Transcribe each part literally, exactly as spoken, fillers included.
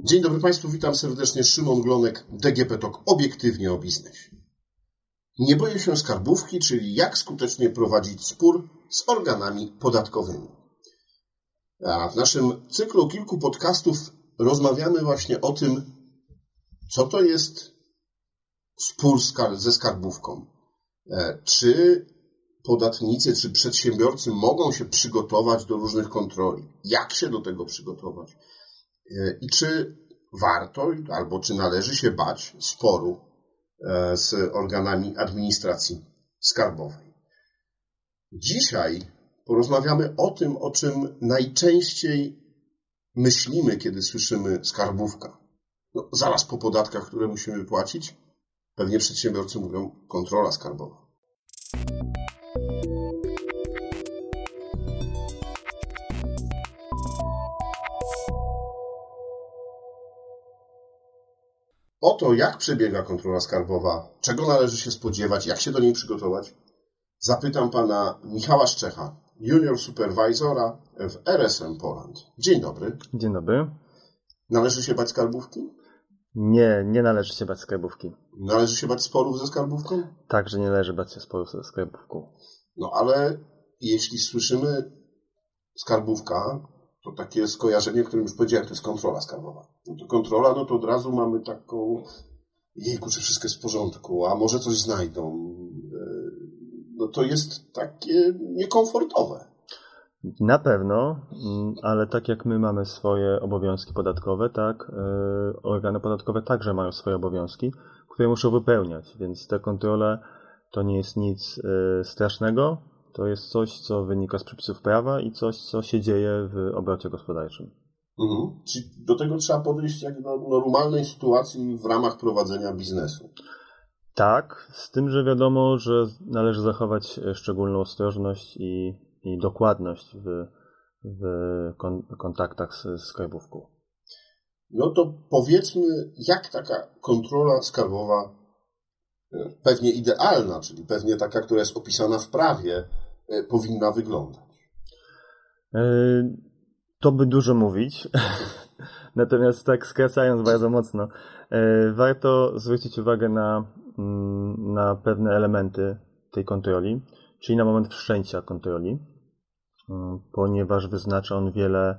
Dzień dobry Państwu, witam serdecznie. Szymon Glonek, D G P Talk, obiektywnie o biznesie. Nie boję się skarbówki, czyli jak skutecznie prowadzić spór z organami podatkowymi. A w naszym cyklu kilku podcastów rozmawiamy właśnie o tym, co to jest spór ze skarbówką. Czy podatnicy, czy przedsiębiorcy mogą się przygotować do różnych kontroli? Jak się do tego przygotować? I czy warto, albo czy należy się bać sporu z organami administracji skarbowej? Dzisiaj porozmawiamy o tym, o czym najczęściej myślimy, kiedy słyszymy skarbówka. No, zaraz po podatkach, które musimy płacić, pewnie przedsiębiorcy mówią kontrola skarbowa. O to, jak przebiega kontrola skarbowa, czego należy się spodziewać, jak się do niej przygotować, zapytam pana Michała Szczecha, junior supervisora w R S M Poland. Dzień dobry. Dzień dobry. Należy się bać skarbówki? Nie, nie należy się bać skarbówki. Należy się bać sporów ze skarbówką? Także nie należy bać się sporów ze skarbówką. No ale jeśli słyszymy skarbówka, to takie skojarzenie, o którym już powiedziałem, to jest kontrola skarbowa. No to kontrola, no to od razu mamy taką, jejku, czy wszystko jest w porządku, a może coś znajdą. No to jest takie niekomfortowe. Na pewno, ale tak jak my mamy swoje obowiązki podatkowe, tak organy podatkowe także mają swoje obowiązki, które muszą wypełniać, więc te kontrole to nie jest nic strasznego. To jest coś, co wynika z przepisów prawa i coś, co się dzieje w obrocie gospodarczym. Mhm. Czyli do tego trzeba podejść jak do normalnej sytuacji w ramach prowadzenia biznesu. Tak, z tym, że wiadomo, że należy zachować szczególną ostrożność i, i dokładność w, w kontaktach z skarbówką. No to powiedzmy, jak taka kontrola skarbowa, pewnie idealna, czyli pewnie taka, która jest opisana w prawie, powinna wyglądać? To by dużo mówić. Natomiast tak skracając bardzo mocno, warto zwrócić uwagę na, na pewne elementy tej kontroli, czyli na moment wszczęcia kontroli, ponieważ wyznacza on wiele,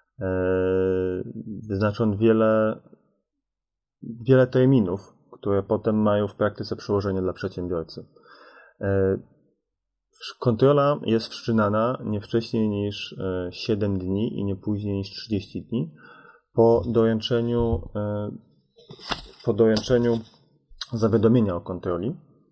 wyznacza on wiele, wiele terminów, które potem mają w praktyce przełożenie dla przedsiębiorcy. Kontrola jest wszczynana nie wcześniej niż siedem dni i nie później niż trzydzieści dni po doręczeniu, po doręczeniu zawiadomienia o kontroli,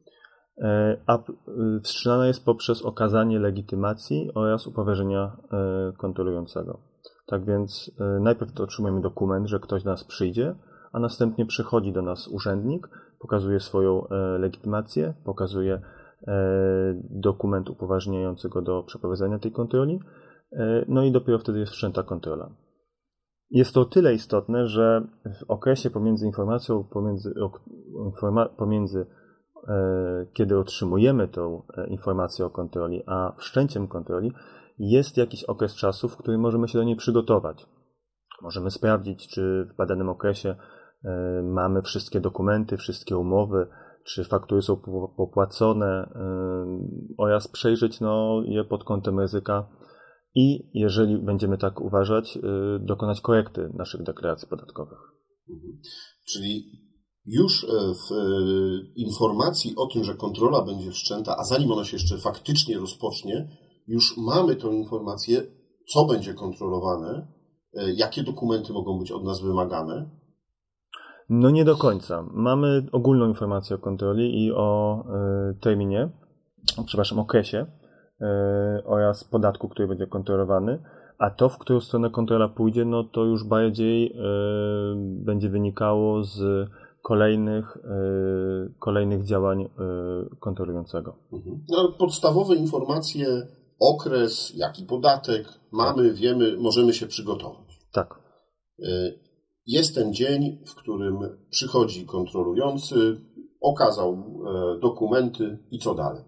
a wszczynana jest poprzez okazanie legitymacji oraz upoważnienia kontrolującego. Tak więc najpierw otrzymujemy dokument, że ktoś do nas przyjdzie, a następnie przychodzi do nas urzędnik, pokazuje swoją legitymację, pokazuje dokument upoważniający go do przeprowadzenia tej kontroli, no i dopiero wtedy jest wszczęta kontrola. Jest to o tyle istotne, że w okresie pomiędzy informacją, pomiędzy, informa, pomiędzy kiedy otrzymujemy tą informację o kontroli, a wszczęciem kontroli, jest jakiś okres czasu, w którym możemy się do niej przygotować. Możemy sprawdzić, czy w badanym okresie mamy wszystkie dokumenty, wszystkie umowy, czy faktury są popłacone oraz przejrzeć no, je pod kątem ryzyka i jeżeli będziemy tak uważać, dokonać korekty naszych deklaracji podatkowych. Mhm. Czyli już w informacji o tym, że kontrola będzie wszczęta, a zanim ona się jeszcze faktycznie rozpocznie, już mamy tą informację, co będzie kontrolowane, jakie dokumenty mogą być od nas wymagane. No nie do końca. Mamy ogólną informację o kontroli i o y, terminie, przepraszam, okresie y, oraz podatku, który będzie kontrolowany, a to, w którą stronę kontrola pójdzie, no to już bardziej y, będzie wynikało z kolejnych, y, kolejnych działań y, kontrolującego. Mhm. No, podstawowe informacje, okres, jaki podatek mamy, tak. Wiemy, możemy się przygotować. Tak. Y- Jest ten dzień, w którym przychodzi kontrolujący, okazał dokumenty i co dalej?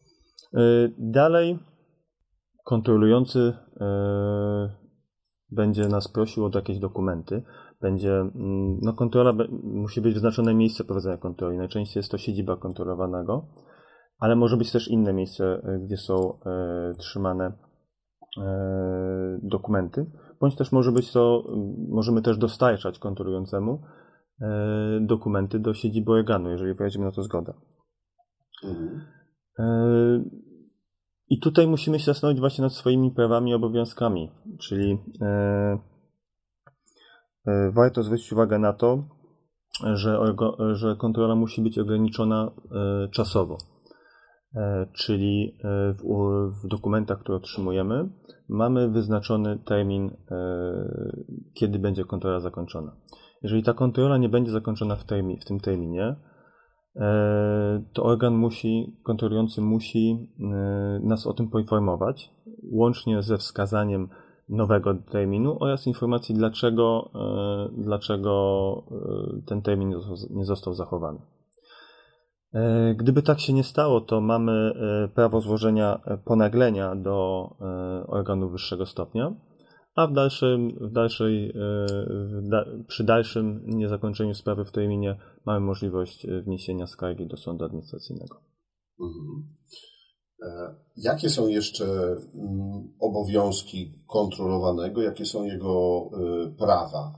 Dalej kontrolujący będzie nas prosił o jakieś dokumenty. będzie, no kontrola, musi być wyznaczone miejsce prowadzenia kontroli. Najczęściej jest to siedziba kontrolowanego, ale może być też inne miejsce, gdzie są e, trzymane e, dokumenty, bądź też może być to, możemy też dostarczać kontrolującemu e, dokumenty do siedziby organu, jeżeli wyrazimy na to zgodę. Mhm. E, I tutaj musimy się zastanowić właśnie nad swoimi prawami i obowiązkami, czyli e, e, warto zwrócić uwagę na to, że, orgo, że kontrola musi być ograniczona e, czasowo. Czyli w, w dokumentach, które otrzymujemy, mamy wyznaczony termin, kiedy będzie kontrola zakończona. Jeżeli ta kontrola nie będzie zakończona w, termin, w tym terminie, to organ musi, kontrolujący musi nas o tym poinformować, łącznie ze wskazaniem nowego terminu oraz informacji, dlaczego, dlaczego ten termin nie został zachowany. Gdyby tak się nie stało, to mamy prawo złożenia ponaglenia do organu wyższego stopnia, a w dalszym, w dalszej, w da, przy dalszym niezakończeniu sprawy w terminie mamy możliwość wniesienia skargi do sądu administracyjnego. Mhm. Jakie są jeszcze obowiązki kontrolowanego? Jakie są jego prawa?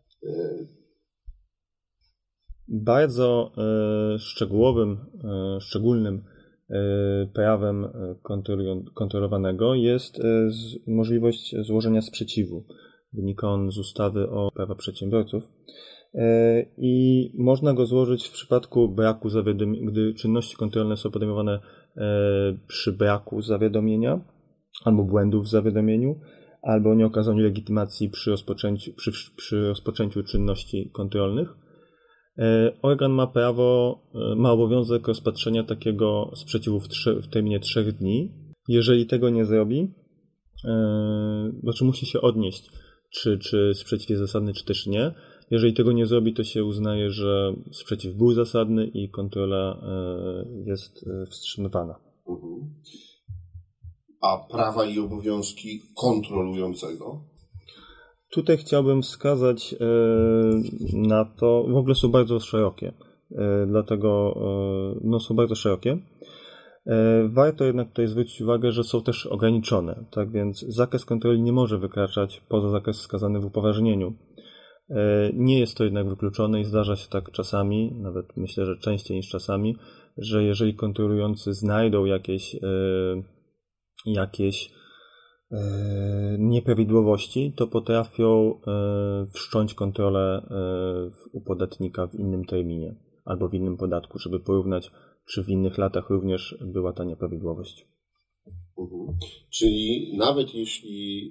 Bardzo e, szczegółowym, e, szczególnym e, prawem kontrolowanego jest e, z, możliwość złożenia sprzeciwu. Wynika on z ustawy o prawach przedsiębiorców e, i można go złożyć w przypadku braku zawiadomienia, gdy czynności kontrolne są podejmowane e, przy braku zawiadomienia albo błędów w zawiadomieniu, albo nieokazaniu legitymacji przy rozpoczęciu, przy, przy rozpoczęciu czynności kontrolnych. Organ ma prawo, ma obowiązek rozpatrzenia takiego sprzeciwu w, trzy, w terminie trzech dni. Jeżeli tego nie zrobi, yy, znaczy musi się odnieść, czy, czy sprzeciw jest zasadny, czy też nie. Jeżeli tego nie zrobi, to się uznaje, że sprzeciw był zasadny i kontrola yy, jest wstrzymywana. Mhm. A prawa i obowiązki kontrolującego? Tutaj chciałbym wskazać na to, w ogóle są bardzo szerokie, dlatego no, są bardzo szerokie. Warto jednak tutaj zwrócić uwagę, że są też ograniczone, tak więc zakres kontroli nie może wykraczać poza zakres wskazany w upoważnieniu. Nie jest to jednak wykluczone i zdarza się tak czasami, nawet myślę, że częściej niż czasami, że jeżeli kontrolujący znajdą jakieś, jakieś nieprawidłowości, to potrafią wszcząć kontrolę u podatnika w innym terminie albo w innym podatku, żeby porównać, czy w innych latach również była ta nieprawidłowość. Mhm. Czyli nawet jeśli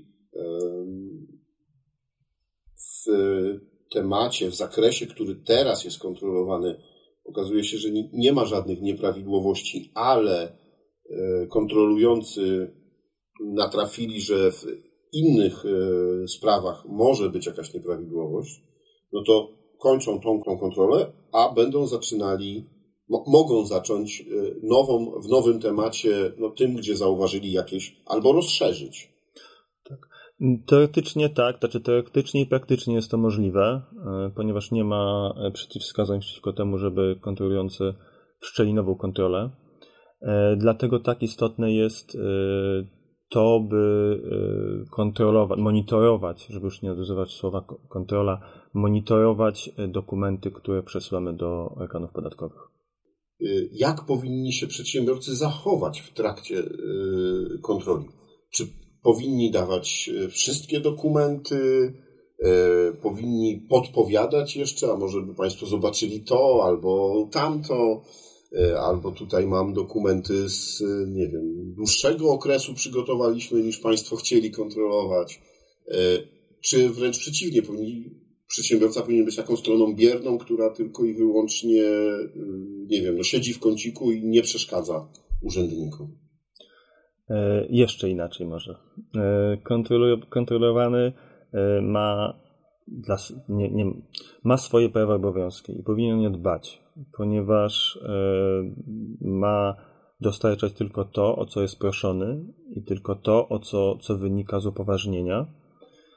w temacie, w zakresie, który teraz jest kontrolowany, okazuje się, że nie ma żadnych nieprawidłowości, ale kontrolujący natrafili, że w innych e, sprawach może być jakaś nieprawidłowość, no to kończą tą, tą kontrolę, a będą zaczynali, mo, mogą zacząć e, nową, w nowym temacie, no tym, gdzie zauważyli jakieś, albo rozszerzyć. Tak. Teoretycznie tak, znaczy teoretycznie i praktycznie jest to możliwe, e, ponieważ nie ma przeciwwskazań przeciwko temu, żeby kontrolujący wszczęli nową kontrolę. E, dlatego tak istotne jest e, to, by kontrolować, monitorować, żeby już nie używać słowa kontrola, monitorować dokumenty, które przesyłamy do organów podatkowych. Jak powinni się przedsiębiorcy zachować w trakcie kontroli? Czy powinni dawać wszystkie dokumenty? Powinni podpowiadać jeszcze, a może by Państwo zobaczyli to albo tamto? Albo tutaj mam dokumenty z, nie wiem, dłuższego okresu przygotowaliśmy niż Państwo chcieli kontrolować. Czy wręcz przeciwnie, powinni, przedsiębiorca powinien być taką stroną bierną, która tylko i wyłącznie, nie wiem, no siedzi w kąciku i nie przeszkadza urzędnikom? E, jeszcze inaczej może. E, kontrolowany e, ma, dla, nie, nie, ma swoje prawa i obowiązki i powinien nie dbać, ponieważ e, ma dostarczać tylko to, o co jest proszony i tylko to, o co, co wynika z upoważnienia.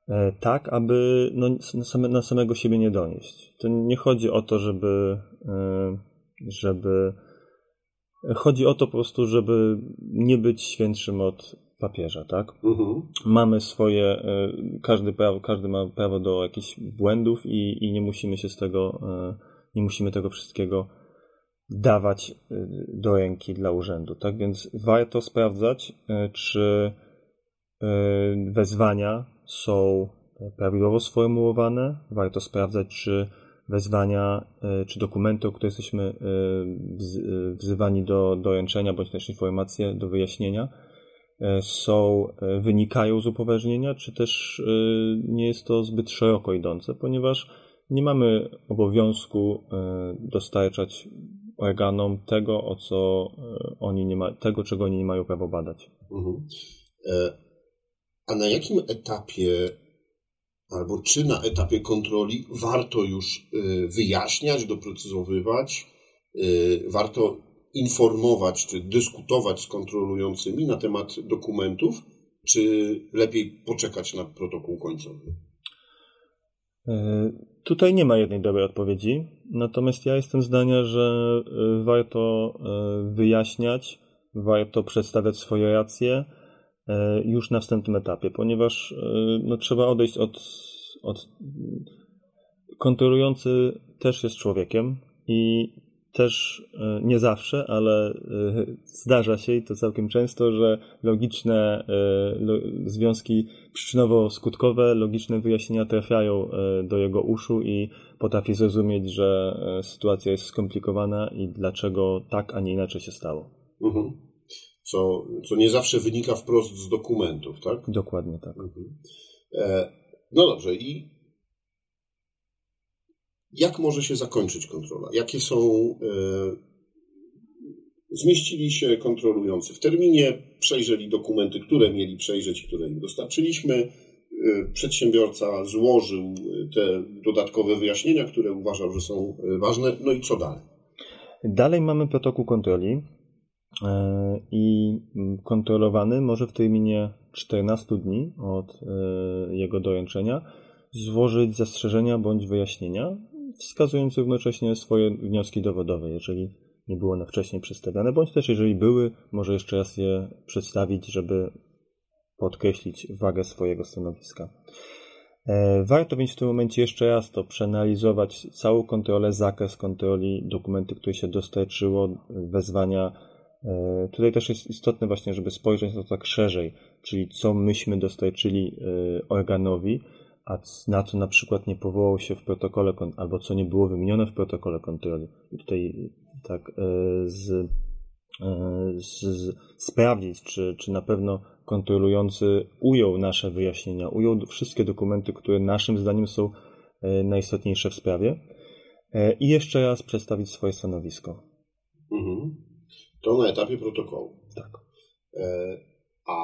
tak, aby no, na, same, na samego siebie nie donieść. To nie chodzi o to, żeby, żeby... Chodzi o to po prostu, żeby nie być świętszym od papieża, tak? Mhm. Mamy swoje... Każdy, prawo, każdy ma prawo do jakichś błędów i, i nie musimy się z tego... Nie musimy tego wszystkiego dawać do ręki dla urzędu, tak? Więc warto sprawdzać, czy wezwania są prawidłowo sformułowane. Warto sprawdzać, czy wezwania, czy dokumenty, o które jesteśmy wzywani do doręczenia, bądź też informacje do wyjaśnienia, są, wynikają z upoważnienia, czy też nie jest to zbyt szeroko idące, ponieważ nie mamy obowiązku dostarczać organom tego, o co oni nie ma, tego, czego oni nie mają prawa badać. Mhm. A na jakim etapie, albo czy na etapie kontroli warto już wyjaśniać, doprecyzowywać, warto informować czy dyskutować z kontrolującymi na temat dokumentów, czy lepiej poczekać na protokół końcowy? Tutaj nie ma jednej dobrej odpowiedzi, natomiast ja jestem zdania, że warto wyjaśniać, warto przedstawiać swoje racje już na wstępnym etapie, ponieważ no, trzeba odejść od, od... Kontrolujący też jest człowiekiem i też nie zawsze, ale zdarza się i to całkiem często, że logiczne związki przyczynowo-skutkowe, logiczne wyjaśnienia trafiają do jego uszu i potrafi zrozumieć, że sytuacja jest skomplikowana i dlaczego tak, a nie inaczej się stało. Mhm. Co, co nie zawsze wynika wprost z dokumentów, tak? Dokładnie tak. Mhm. E, no dobrze, i jak może się zakończyć kontrola? Jakie są... E, zmieścili się kontrolujący w terminie, przejrzeli dokumenty, które mieli przejrzeć, które im dostarczyliśmy. E, przedsiębiorca złożył te dodatkowe wyjaśnienia, które uważał, że są ważne. No i co dalej? Dalej mamy protokół kontroli e, i kontrolowany może w terminie czternastu dni od e, jego doręczenia złożyć zastrzeżenia bądź wyjaśnienia, wskazując równocześnie swoje wnioski dowodowe, jeżeli nie było one wcześniej przedstawiane, bądź też jeżeli były, może jeszcze raz je przedstawić, żeby podkreślić wagę swojego stanowiska. Warto więc w tym momencie jeszcze raz to przeanalizować, całą kontrolę, zakres kontroli, dokumenty, które się dostarczyło, wezwania. Tutaj też jest istotne właśnie, żeby spojrzeć na to tak szerzej, czyli co myśmy dostarczyli organowi, a na co na przykład nie powołał się w protokole, albo co nie było wymienione w protokole kontroli. I tutaj tak z, z, z, sprawdzić, czy, czy na pewno kontrolujący ujął nasze wyjaśnienia, ujął wszystkie dokumenty, które naszym zdaniem są najistotniejsze w sprawie i jeszcze raz przedstawić swoje stanowisko. Mhm. To na etapie protokołu. Tak. A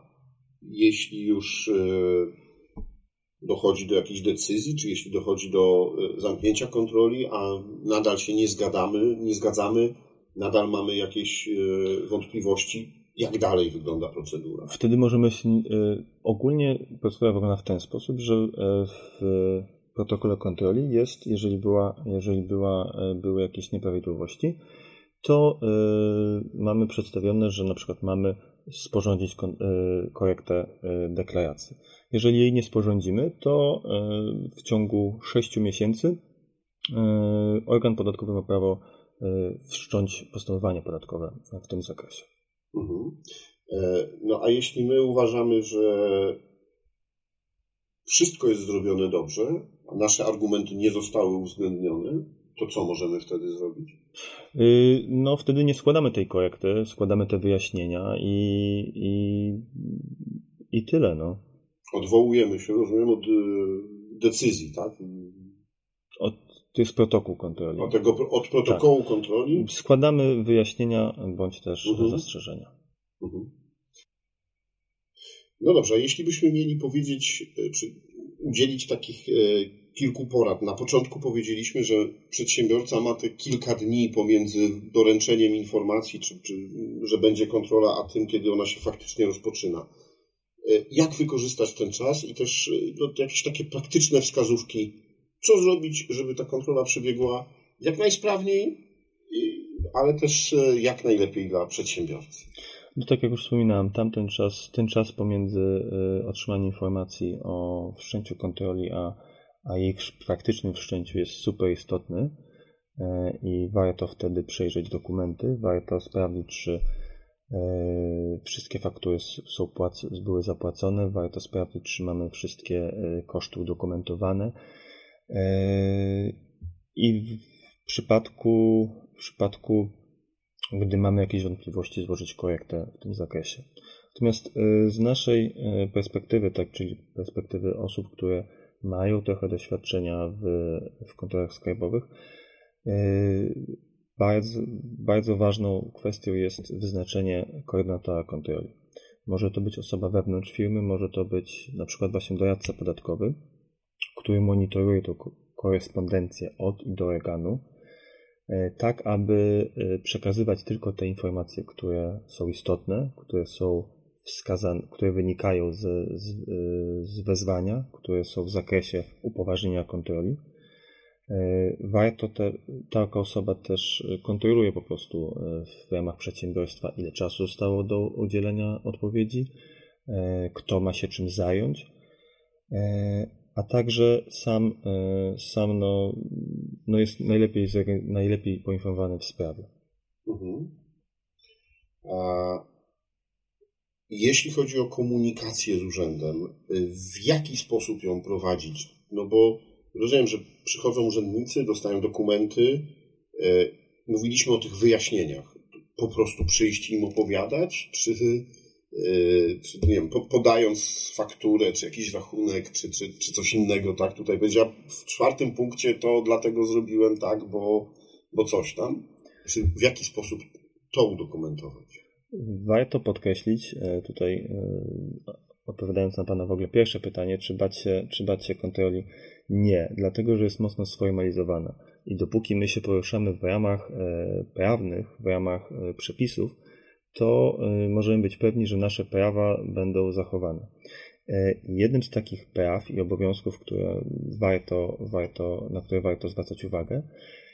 jeśli już dochodzi do jakiejś decyzji, czy jeśli dochodzi do zamknięcia kontroli, a nadal się nie zgadzamy, nie zgadzamy, nadal mamy jakieś wątpliwości, jak dalej wygląda procedura? Wtedy możemy się, ogólnie procedura wygląda w ten sposób, że w protokole kontroli jest, jeżeli była, jeżeli była, były jakieś nieprawidłowości, to mamy przedstawione, że na przykład mamy sporządzić korektę deklaracji. Jeżeli jej nie sporządzimy, to w ciągu sześciu miesięcy organ podatkowy ma prawo wszcząć postępowanie podatkowe w tym zakresie. Mhm. No a jeśli my uważamy, że wszystko jest zrobione dobrze, a nasze argumenty nie zostały uwzględnione, to co możemy wtedy zrobić? No wtedy nie składamy tej korekty, składamy te wyjaśnienia i, i, i tyle. No. Odwołujemy się, rozumiem, od decyzji, tak? Od, to jest protokół kontroli. Od, tego, od protokołu tak. kontroli? Składamy wyjaśnienia bądź też mhm. zastrzeżenia. Mhm. No dobrze, jeśli byśmy mieli powiedzieć, czy udzielić takich kilku porad. Na początku powiedzieliśmy, że przedsiębiorca ma te kilka dni pomiędzy doręczeniem informacji, czy, czy że będzie kontrola, a tym, kiedy ona się faktycznie rozpoczyna. jak wykorzystać ten czas i też no, jakieś takie praktyczne wskazówki, co zrobić, żeby ta kontrola przebiegła jak najsprawniej, ale też jak najlepiej dla przedsiębiorcy. No tak jak już wspominałem, tamten czas, ten czas pomiędzy otrzymaniem informacji o wszczęciu kontroli, a, a jej praktycznym wszczęciu jest super istotny i warto wtedy przejrzeć dokumenty, warto sprawdzić, czy wszystkie faktury są płac- były zapłacone, warto sprawdzić, czy mamy wszystkie koszty udokumentowane i w przypadku, w przypadku gdy mamy jakieś wątpliwości, złożyć korektę w tym zakresie. Natomiast z naszej perspektywy, tak, czyli perspektywy osób, które mają trochę doświadczenia w, w kontrolach skarbowych, bardzo, bardzo ważną kwestią jest wyznaczenie koordynatora kontroli. Może to być osoba wewnątrz firmy, może to być na przykład właśnie doradca podatkowy, który monitoruje tą korespondencję od i do organu, tak aby przekazywać tylko te informacje, które są istotne, które są wskazane, które wynikają z, z, z wezwania, które są w zakresie upoważnienia kontroli. Warto te, taka osoba też kontroluje po prostu w ramach przedsiębiorstwa, ile czasu zostało do udzielenia odpowiedzi, kto ma się czym zająć, a także sam, sam no, no jest najlepiej, najlepiej poinformowany w sprawie. Mhm. A jeśli chodzi o komunikację z urzędem, w jaki sposób ją prowadzić? No bo rozumiem, że przychodzą urzędnicy, dostają dokumenty, mówiliśmy o tych wyjaśnieniach. Po prostu przyjść im opowiadać, czy... czy nie wiem, podając fakturę, czy jakiś rachunek, czy, czy, czy coś innego, tak? Tutaj powiedziała w czwartym punkcie to dlatego zrobiłem tak, bo, bo coś tam. Czy w jaki sposób to udokumentować? Warto podkreślić tutaj, odpowiadając na Pana w ogóle pierwsze pytanie, czy bać się, czy bać się kontroli? Nie, dlatego, że jest mocno sformalizowana. I dopóki my się poruszamy w ramach prawnych, w ramach przepisów, to możemy być pewni, że nasze prawa będą zachowane. Jednym z takich praw i obowiązków, które warto, warto, na które warto zwracać uwagę,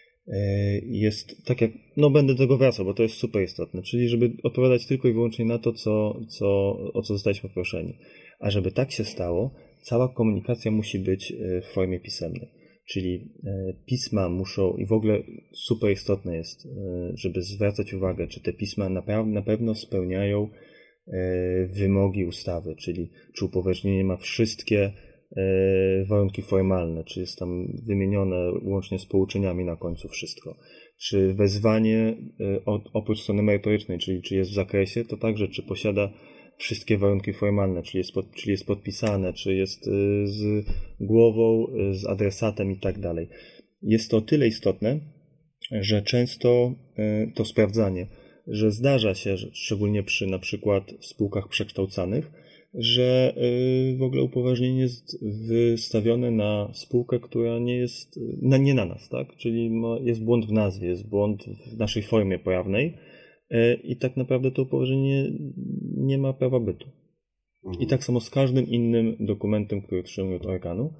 jest, tak jak, no będę do tego wracał, bo to jest super istotne, czyli żeby odpowiadać tylko i wyłącznie na to, co, co, o co zostaliśmy proszeni. A żeby tak się stało, cała komunikacja musi być w formie pisemnej. Czyli pisma muszą, i w ogóle super istotne jest, żeby zwracać uwagę, czy te pisma naprawdę, na pewno spełniają wymogi ustawy, czyli czy upoważnienie ma wszystkie warunki formalne, czy jest tam wymienione łącznie z pouczeniami na końcu wszystko, czy wezwanie oprócz strony merytorycznej, czyli czy jest w zakresie, to także czy posiada wszystkie warunki formalne, czyli jest, pod, czyli jest podpisane, czy jest z głową, z adresatem i tak dalej. Jest to o tyle istotne, że często to sprawdzanie, że zdarza się, że szczególnie przy na przykład spółkach przekształcanych, że w ogóle upoważnienie jest wystawione na spółkę, która nie jest, na, nie na nas, tak? Czyli jest błąd w nazwie, jest błąd w naszej formie prawnej, i tak naprawdę to upoważnienie nie ma prawa bytu. I tak samo z każdym innym dokumentem, który otrzymujemy od organu,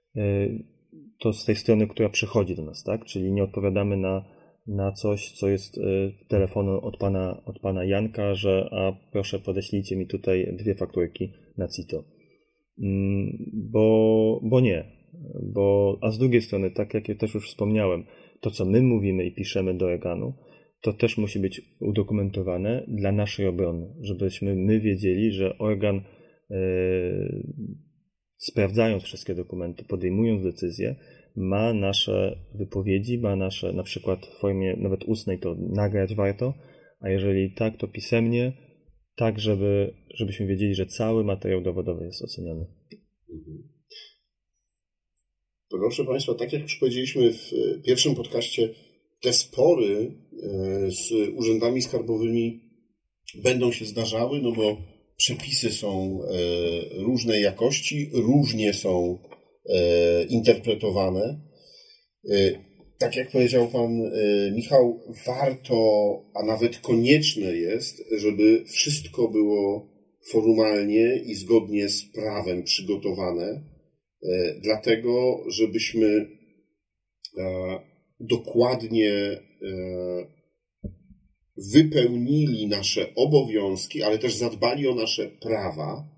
to z tej strony, która przychodzi do nas, tak? Czyli nie odpowiadamy na, na coś, co jest telefonem od pana, od pana Janka, że a proszę podeślijcie mi tutaj dwie fakturki na CITO. Bo, bo nie. Bo, a z drugiej strony, tak jak ja też już wspomniałem, to co my mówimy i piszemy do organu, to też musi być udokumentowane dla naszej obrony, żebyśmy my wiedzieli, że organ yy, sprawdzając wszystkie dokumenty, podejmując decyzje, ma nasze wypowiedzi, ma nasze, na przykład w formie nawet ustnej to nagrać warto, a jeżeli tak, to pisemnie, tak żeby, żebyśmy wiedzieli, że cały materiał dowodowy jest oceniony. Proszę Państwa, tak jak już powiedzieliśmy w pierwszym podcaście, te spory z urzędami skarbowymi będą się zdarzały, no bo przepisy są różnej jakości, różnie są interpretowane. Tak jak powiedział Pan Michał, warto, a nawet konieczne jest, żeby wszystko było formalnie i zgodnie z prawem przygotowane, dlatego żebyśmy dokładnie wypełnili nasze obowiązki, ale też zadbali o nasze prawa,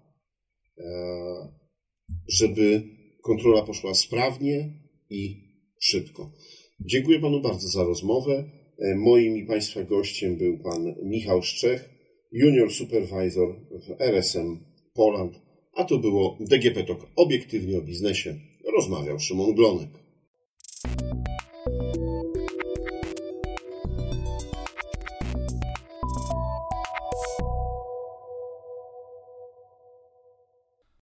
żeby kontrola poszła sprawnie i szybko. Dziękuję Panu bardzo za rozmowę. Moim i Państwa gościem był Pan Michał Szczech, Junior Supervisor w R S M Poland, a to było D G P Talk obiektywnie o biznesie. Rozmawiał Szymon Glonek.